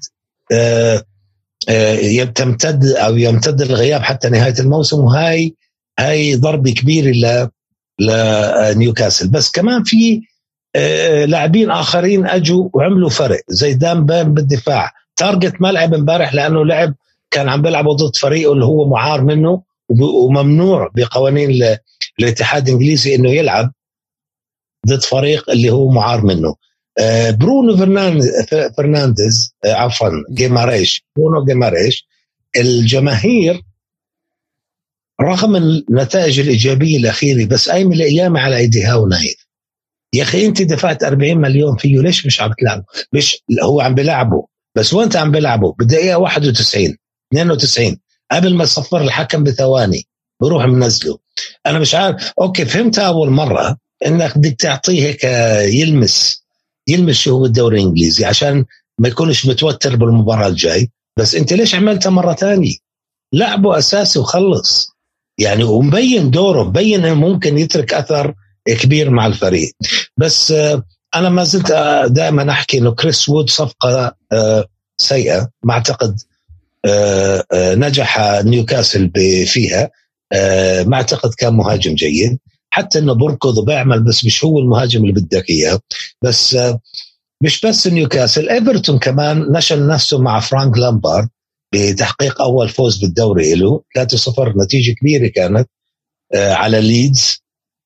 يمتد الغياب حتى نهايه الموسم، وهاي ضربه كبيره لنيوكاسل. بس كمان في لاعبين اخرين اجوا وعملوا فرق، زي دان بيرن بالدفاع. تارجت ما لعب امبارح لانه كان عم بيلعب ضد فريقه اللي هو معار منه، وممنوع بقوانين الاتحاد الانجليزي انه يلعب ضد فريق اللي هو معار منه. برونو فرنانديز عفوا برونو جيماريش، الجماهير رغم النتائج الإيجابية الأخيرة بس أي من الأيام على أيديها ونايف. يا أخي أنت دفعت 40 مليون فيه، ليش مش عم تلعبه؟ مش هو عم بلعبه، بس وانت عم بلعبه بالدقيقة 91 92 قبل ما يصفر الحكم بثواني بروح منزله. أنا مش عارف. أوكي فهمت أول مرة إنك بدك تعطيه هيك يلمس شو هو الدوري الإنجليزي عشان ما يكونش متوتر بالمباراة الجاي، بس أنت ليش عملتها مرة تانية؟ لعبه أساسي وخلص يعني، ومبين دوره، مبين إنه ممكن يترك أثر كبير مع الفريق. بس أنا ما زلت دائما أحكي إنه كريس وود صفقة سيئة، ما أعتقد نجح نيوكاسل فيها. ما أعتقد كان مهاجم جيد، حتى إنه بركض وبيعمل، بس مش هو المهاجم اللي بدك إياه. بس مش بس نيوكاسل، إيفرتون كمان نشل نفسه مع فرانك لامبارد بتحقيق أول فوز بالدوري له 3-0، نتيجة كبيرة كانت على ليدز.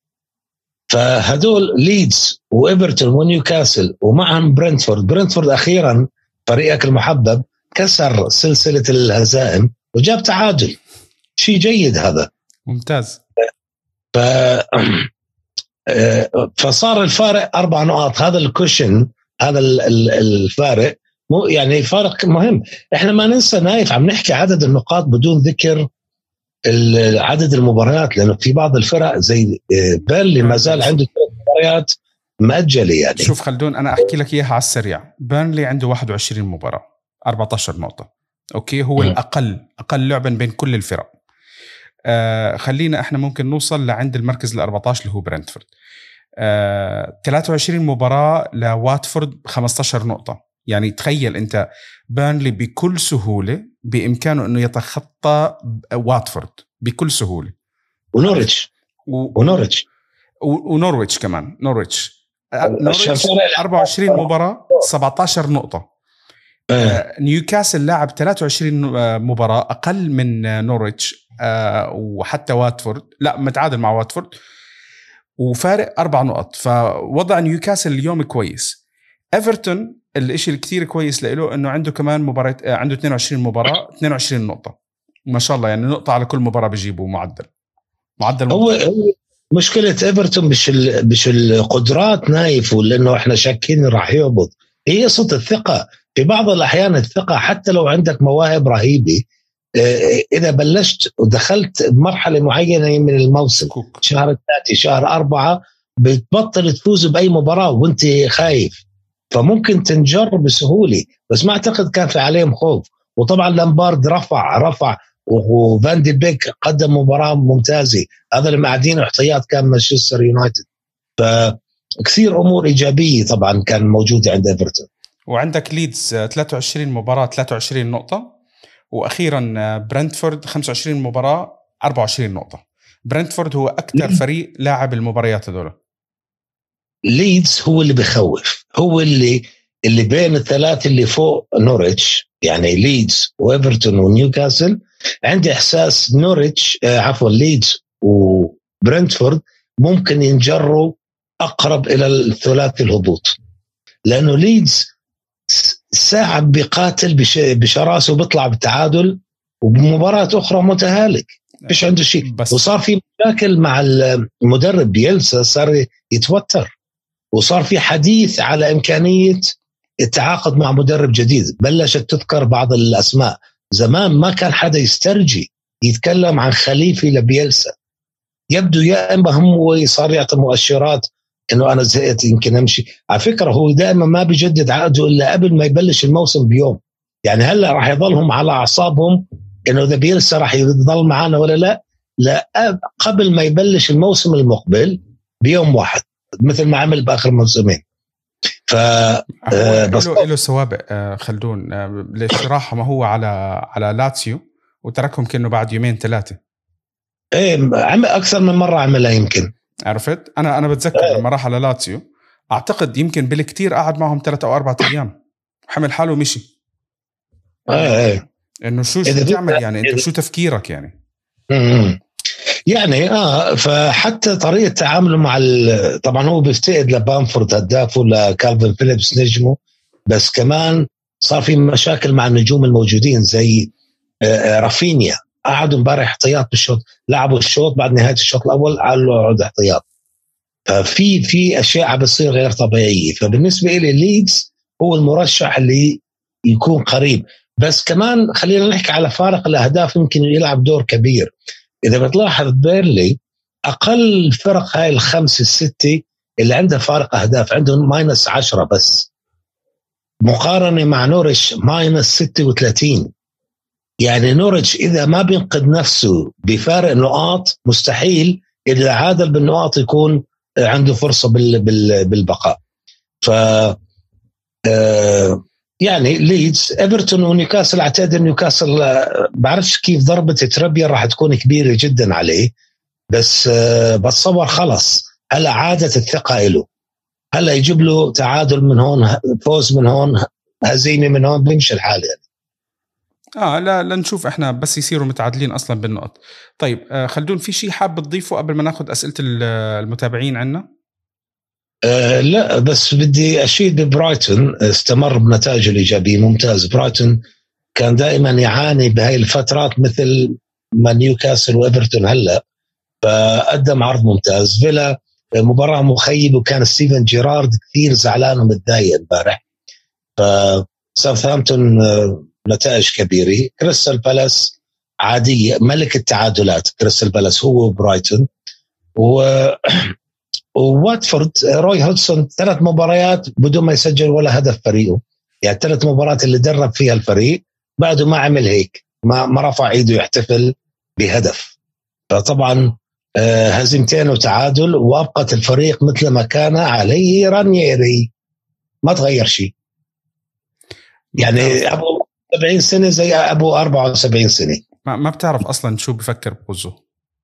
فهدول ليدز وإيفرتون ونيوكاسل ومعهم برنتفورد أخيرا فريقك المحبب كسر سلسلة الهزائم وجاب تعادل، شيء جيد هذا ممتاز. فصار الفارق 4 نقاط، هذا الكوشن، هذا الفارق يعني فارق مهم. احنا ما ننسى نايف عم نحكي عدد النقاط بدون ذكر عدد المباريات، لأنه في بعض الفرق زي بيرلي ما زال عنده 3 مباريات مأجلة يعني. شوف خلدون، أنا أحكي لك إياها على السريع. بيرلي عنده 21 مباراة 14 نقطة، أوكي، هو أقل لعبا بين كل الفرق. خلينا إحنا ممكن نوصل لعند المركز ال14 اللي هو برنتفورد. 23 مباراة لواتفورد 15 نقطة. يعني تخيل أنت بيرنلي بكل سهولة بإمكانه أنه يتخطى واتفورد بكل سهولة، ونورويتش كمان. نورويتش 24 مباراة 17 نقطة. نيوكاسل لاعب 23 مباراة أقل من نورويتش وحتى واتفورد، لا متعادل مع واتفورد وفارق 4 نقط. فوضع نيوكاسل اليوم كويس. إيفرتون الاشي الكثير كويس له انه عنده كمان مباراة، عنده 22 مباراة 22 نقطة، ما شاء الله، يعني نقطة على كل مباراة بيجيبوا معدل هو مشكلة إيفرتون مش القدرات نايف، لأنه احنا شاكين راح يهبط، هي قصة الثقة. في بعض الأحيان الثقة حتى لو عندك مواهب رهيبة، إذا بلشت ودخلت بمرحلة معينة من الموسم، شهر 3 شهر 4 بتبطل تفوز بأي مباراة وانت خايف، فممكن تنجر بسهولة. بس ما أعتقد كان في عليهم خوف. وطبعا لامبارد رفع وفان دي بيك قدم مباراة ممتازة، هذا اللي قاعدين احتياط كان مانشستر يونايتد. فكثير أمور إيجابية طبعا كان موجودة عند إيفرتون. وعندك ليدز 23 مباراة 23 نقطة، وأخيرا برنتفورد 25 مباراة 24 نقطة. برنتفورد هو أكثر فريق لاعب المباريات هذول. ليدز هو اللي بخوف، هو اللي بين الثلاث اللي فوق نوريتش، يعني ليدز وإيفرتون ونيوكاسل. عندي إحساس ليدز وبرنتفورد ممكن ينجروا أقرب إلى الثلاث الهبوط، لأنه ليدز ساعة بيقاتل بشراسه وبيطلع بالتعادل، وبمباراة أخرى متهالك مش عنده شيء. وصار في مشاكل مع المدرب بيلسا، صار يتوتر، وصار في حديث على إمكانية التعاقد مع مدرب جديد. بلشت تذكر بعض الأسماء. زمان ما كان حدا يسترجي يتكلم عن خليفة لبيلسا. يبدو يا إما هو صار يعطي مؤشرات إنه أنا زهقت يمكن أمشي. على فكرة هو دائما ما بيجدد عقده إلا قبل ما يبلش الموسم بيوم. يعني هلأ راح يظلهم على أعصابهم إنه إذا بيلسا راح يظل معانا ولا لا قبل ما يبلش الموسم المقبل بيوم واحد مثل ما عمل باخر موسمين. ف له سوابق خلدون ليش راح ما هو على لاتسيو وتركهم كأنه بعد يومين ثلاثه. ايه عمل اكثر من مره عملها يمكن. عرفت انا بتذكر لما راح على لاتسيو اعتقد يمكن بالكتير قعد معهم 3 أو 4 ايام وحمل حاله ومشي. انه شو تعمل يعني انت شو تفكيرك يعني. يعني فحتى طريقه تعامله مع طبعا هو بيفتقد لبامفورد هدافه لكالفين فيليبس نجمه، بس كمان صار في مشاكل مع النجوم الموجودين زي رافينيا. قعدوا امبارح احتياط بالشوط، لعبوا الشوط بعد نهايه الشوط الاول قالوا عود احتياط. ففي اشياء بتصير غير طبيعيه. فبالنسبه لي ليدز هو المرشح اللي يكون قريب، بس كمان خلينا نحكي على فارق الاهداف يمكن يلعب دور كبير. اذا بتلاحظ بيرلي اقل الفرق هاي الخمسه السته اللي عندها فارق اهداف عندهم -10 بس، مقارنه مع نوريتش -36. يعني نوريتش اذا ما بينقذ نفسه بفارق نقاط مستحيل اذا عادل بالنقاط يكون عنده فرصه بالبقاء. ف يعني ليدز ايفرتون ونيوكاسل، اعتقد نيوكاسل بعرفش كيف ضربة تريبير راح تكون كبيرة جدا عليه، بس بتصور خلص هلا عادت الثقة له، هلا يجيب له تعادل من هون، فوز من هون، هزيمة من هون، بيمشي الحال يعني. لا نشوف احنا بس يصيروا متعادلين اصلا بالنقط. طيب خلدون في شيء حاب تضيفه قبل ما ناخذ اسئلة المتابعين عنا؟ لا بس بدي أشيد برايتون، استمر بنتائج الإيجابية ممتاز. برايتون كان دائما يعاني بهاي الفترات مثل ما نيوكاسل وإيفرتون هلا، فقدم عرض ممتاز. فيلا مباراة مخيبة وكان ستيفن جيرارد كثير زعلان ومتضايق امبارح. فساوثهامبتون نتائج كبيرة. كريستال بالاس عادية، ملك التعادلات كريستال بالاس هو وبرايتون. وواتفورد روي هودسون 3 مباريات بدون ما يسجل ولا هدف فريقه، يعني 3 مباريات اللي درب فيها الفريق بعده ما عمل هيك، ما رفع ايده يحتفل بهدف. فطبعا هزيمتين وتعادل، وابقت الفريق مثل ما كان عليه رانييري، ما تغير شيء. يعني ابو 70 سنه زي ابو 74 سنه، ما بتعرف اصلا شو بفكر بوزه.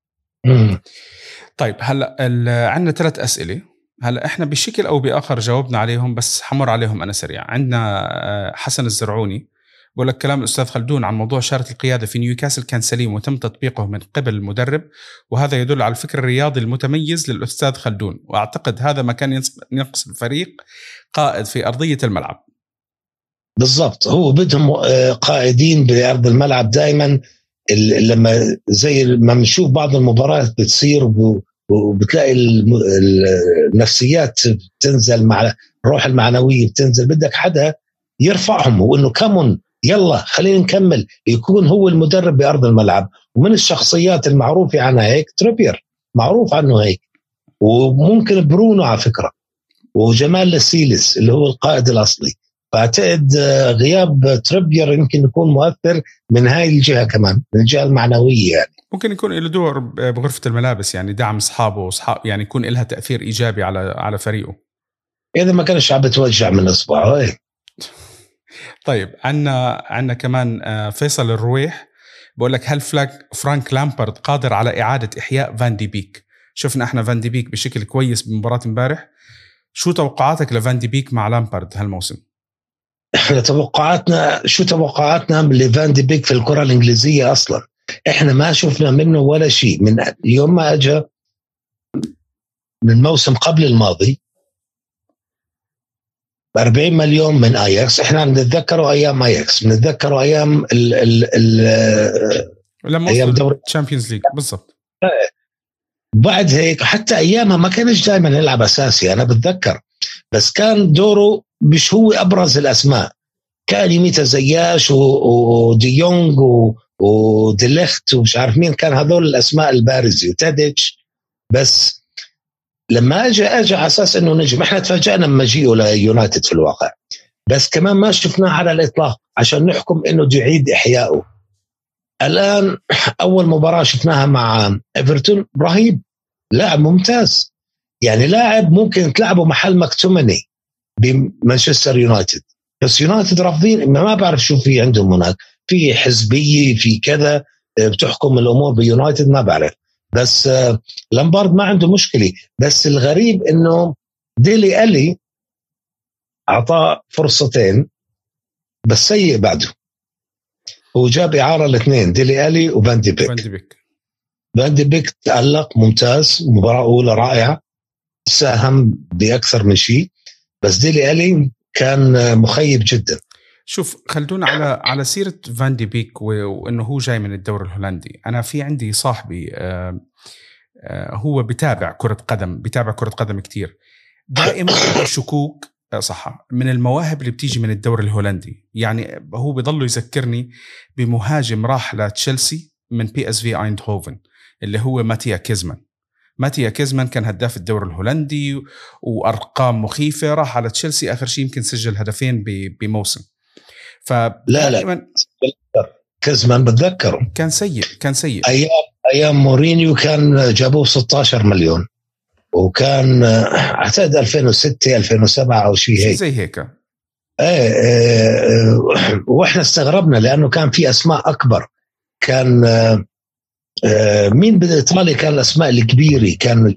طيب هلا عندنا 3 أسئلة. هلا احنا بشكل او باخر جاوبنا عليهم، بس حمر عليهم انا سريع. عندنا حسن الزرعوني بقول لك كلام الأستاذ خلدون عن موضوع شارة القيادة في نيوكاسل كان سليم وتم تطبيقه من قبل المدرب، وهذا يدل على الفكر الرياضي المتميز للأستاذ خلدون، وأعتقد هذا ما كان ينقص الفريق قائد في أرضية الملعب. بالضبط، هو بدهم قائدين بأرض الملعب دائما. لما زي ما بنشوف بعض المباريات بتصير وبتلاقي النفسيات بتنزل مع الروح المعنوية بتنزل، بدك حدا يرفعهم وإنه كمون يلا خلينا نكمل، يكون هو المدرب بأرض الملعب. ومن الشخصيات المعروفة عنها هيك تريبير، معروف عنه هيك، وممكن برونو على فكرة، وجمال لسيلس اللي هو القائد الأصلي. فأعتقد غياب تريبير يمكن يكون مؤثر من هاي الجهة كمان، من الجهة المعنوية. يعني ممكن يكون له دور بغرفة الملابس، يعني دعم أصحابه يعني يكون لها تأثير إيجابي على فريقه إذا ما كانش عم بتوجع من إصبعه. طيب عنا كمان فيصل الرويح بقول لك هل فرانك لامبارد قادر على إعادة إحياء فان دي بيك؟ شفنا احنا فان دي بيك بشكل كويس بمباراة امبارح، شو توقعاتك لفان دي بيك مع لامبارد هالموسم؟ احنا توقعاتنا لفان دي بيك في الكرة الإنجليزية أصلا احنا ما شفنا منه ولا شيء من يوم ما اجى من الموسم قبل الماضي. 40 مليون من اياكس، احنا بنتذكروا ايام اياكس، بنتذكروا ايام ايام دوري الشامبيونز ليج بالضبط. بعد هيك حتى ايامها ما كانش دائما يلعب اساسي، انا بتذكر، بس كان دوره مش هو ابرز الاسماء، كان يميتا زياش وديونغ وديليخت ومش عارف مين، كان هذول الاسماء البارزه وتاديتش. بس لما اجى على اساس انه نجم، احنا تفاجئنا من مجيئه ليونايتد في الواقع، بس كمان ما شفناه على الاطلاق عشان نحكم انه يعيد احيائه. الان اول مباراه شفناها مع ايفرتون رهيب، لاعب ممتاز، يعني لاعب ممكن تلعبه محل مكتومني بمانشستر يونايتد، بس يونايتد رافضين، ما بعرف شو في عندهم هناك، في حزبية في كذا بتحكم الأمور بيونايتد ما بعرف. بس لامبارد ما عنده مشكلة. بس الغريب إنه ديلي ألي أعطاه فرصتين بس سيء بعده، وجاب إعارة الاثنين ديلي ألي وفان دي بيك. فان دي بيك تألق ممتاز، مباراة أولى رائعة، ساهم بأكثر من شيء، بس ديلي ألي كان مخيب جدا. شوف خلدونا على سيرة فان دي بيك وإنه هو جاي من الدوري الهولندي. أنا في عندي صاحبي هو بتابع كرة قدم كتير، دائما شكوك صح من المواهب اللي بتيجي من الدوري الهولندي. يعني هو بيضل يذكرني بمهاجم راح لتشيلسي من PSV ايندهوفن اللي هو ماتيا كيزمان كان هداف الدوري الهولندي وأرقام مخيفة، راح على تشيلسي آخر شيء يمكن سجل هدفين بموسم. لا كيزمان بتذكره كان سيء أيام مورينيو كان جابوه 16 مليون، وكان اعتقد 2006 2007 او شيء هيك زي هيك. واحنا استغربنا لانه كان في اسماء اكبر. كان مين بايطاليا كان الاسماء الكبيره كان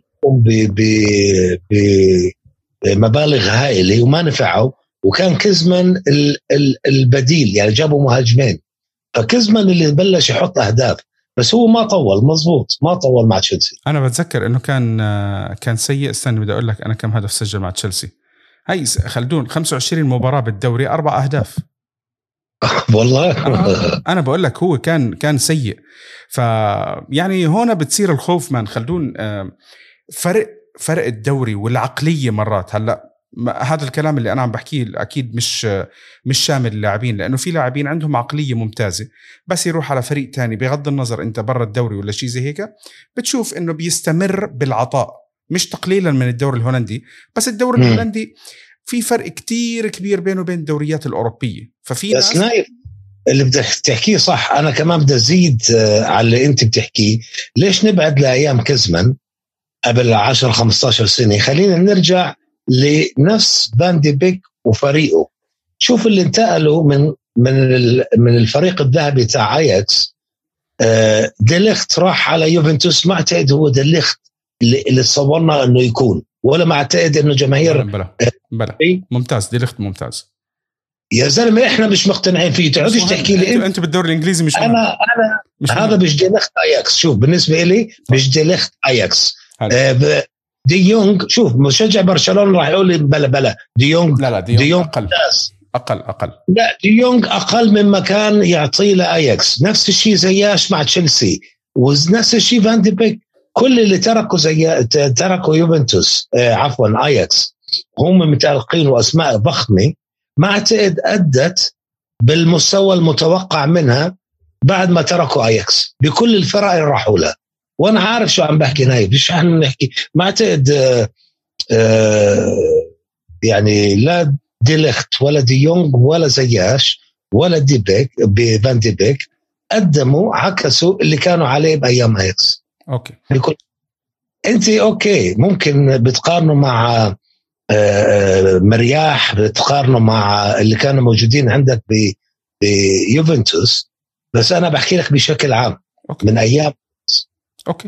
بمبالغ هائله وما نفعوا، وكان كيزمان البديل، يعني جابوا مهاجمين، فكيزمان اللي بلش يحط اهداف، بس هو ما طول مزبوط، ما طول مع تشيلسي. انا بتذكر انه كان سيء. استنى بدي اقول لك انا كم هدف سجل مع تشيلسي. هاي خلدون 25 مباراة بالدوري 4 أهداف. والله انا بقول لك هو كان سيء. فيعني هنا بتصير الخوف من خلدون. فرق الدوري والعقلية مرات. هلا هذا الكلام اللي أنا عم بحكيه أكيد مش شامل اللاعبين، لأنه في لاعبين عندهم عقلية ممتازة بس يروح على فريق تاني بغض النظر أنت برا الدوري ولا شيء زي هيك، بتشوف إنه بيستمر بالعطاء، مش تقليلا من الدوري الهولندي. بس الدوري الهولندي في فرق كتير كبير بينه وبين الدوريات الأوروبية. ففي بس نايف اللي بدك تحكيه صح. أنا كمان بدي أزيد على اللي أنت بتحكيه. ليش نبعد لأيام كيزمان قبل 10-15 سنة؟ خلينا نرجع لنفس فان دي بيك وفريقه. شوف اللي انتقلوا من الفريق الذهبي تاع اياكس. ديليخت راح على يوفنتوس، ما اعتقد هو ديليخت اللي تصورنا انه يكون، ولا ما اعتقد انه جماهير بلا. ممتاز ديليخت ممتاز يا زلمه، احنا مش مقتنعين فيه. تقعدش تحكي لي انت بالدوري الانجليزي مش انا مش هذا مش ديليخت اياكس. شوف بالنسبه لي مش ديليخت اياكس. دي يونغ، شوف مشجع برشلونة راح يقول لي بلا دي يونغ. لا دي يونغ أقل. لا دي يونغ أقل مما كان يعطيه لأياكس. نفس الشيء زياش مع تشيلسي، ونفس الشيء فان دي بيك. كل اللي تركوا يوفنتوس عفوا أياكس هم متألقين وأسماء ضخمة، ما اعتقد أدت بالمستوى المتوقع منها بعد ما تركوا أياكس بكل الفرق اللي راحوا لها. وانا عارف شو عم بحكي نايف، مش احنا نحكي. ما اعتقد يعني لا ديليخت ولا دي يونغ ولا زياش ولا دي بيك بفان دي بيك قدموا عكسوا اللي كانوا عليه بايام اياكس. اوكي انت اوكي ممكن بتقارنوا مع مرياح، بتقارنوا مع اللي كانوا موجودين عندك بيوفنتوس، بس انا بحكي لك بشكل عام. أوكي. من ايام اوكي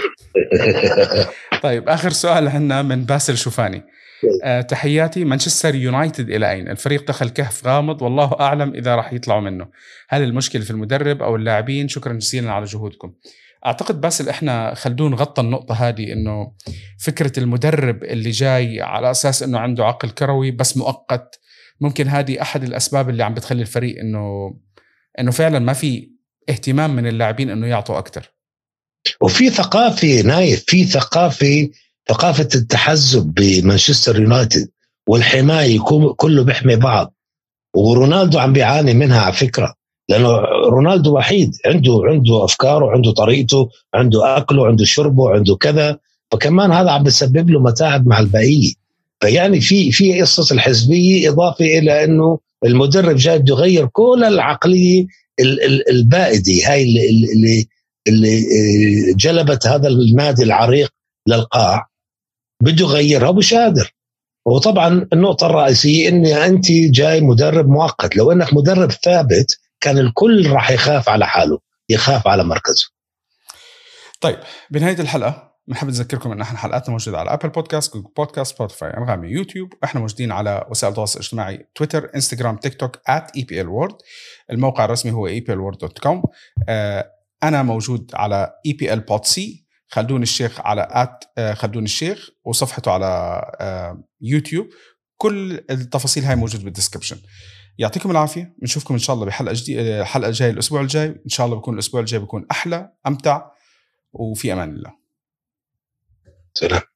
طيب اخر سؤال عندنا من باسل شوفاني. تحياتي، مانشستر يونايتد الى اين؟ الفريق دخل كهف غامض والله اعلم اذا راح يطلعوا منه. هل المشكله في المدرب او اللاعبين؟ شكرا جزيلا على جهودكم. اعتقد باسل احنا خلدون غطى النقطه هذه، انه فكره المدرب اللي جاي على اساس انه عنده عقل كروي بس مؤقت، ممكن هذه احد الاسباب اللي عم بتخلي الفريق انه فعلا ما في اهتمام من اللاعبين انه يعطوا اكثر. وفي ثقافة نايف، في ثقافة التحزب بمانشستر يونايتد والحماية، كله بيحمي بعض. ورونالدو عم بيعاني منها على فكرة، لأنه رونالدو وحيد عنده أفكاره، عنده طريقته، عنده أكله، عنده شربه، عنده كذا، فكمان هذا عم بيسبب له متاعب مع البقية. فيعني في قصة الحزبية، إضافة إلى أنه المدرب جاي بده يغير كل العقلية البائدة هاي اللي جلبت هذا النادي العريق للقاع. بده يغيرها ومش قادر. وطبعا النقطة الرئيسية إني أنت جاي مدرب مؤقت، لو إنك مدرب ثابت كان الكل راح يخاف على حاله، يخاف على مركزه. طيب بنهاية الحلقة بنحب نذكركم ان احنا حلقاتنا موجودة على ابل بودكاست، جوجل بودكاست، سبوتيفاي، انغامي، يوتيوب. احنا موجودين على وسائل التواصل الاجتماعي تويتر، انستغرام، تيك توك @EPL World. الموقع الرسمي هو eplworld.com. انا موجود على EPL Podc. خلدون الشيخ على خلدون الشيخ، وصفحته على يوتيوب. كل التفاصيل هاي موجود بالديسكربشن. يعطيكم العافية. بنشوفكم إن شاء الله بحلقة جديدة، الحلقة الجاية الأسبوع الجاي إن شاء الله. بكون الأسبوع الجاي بيكون أحلى أمتع، وفي أمان الله. سلام.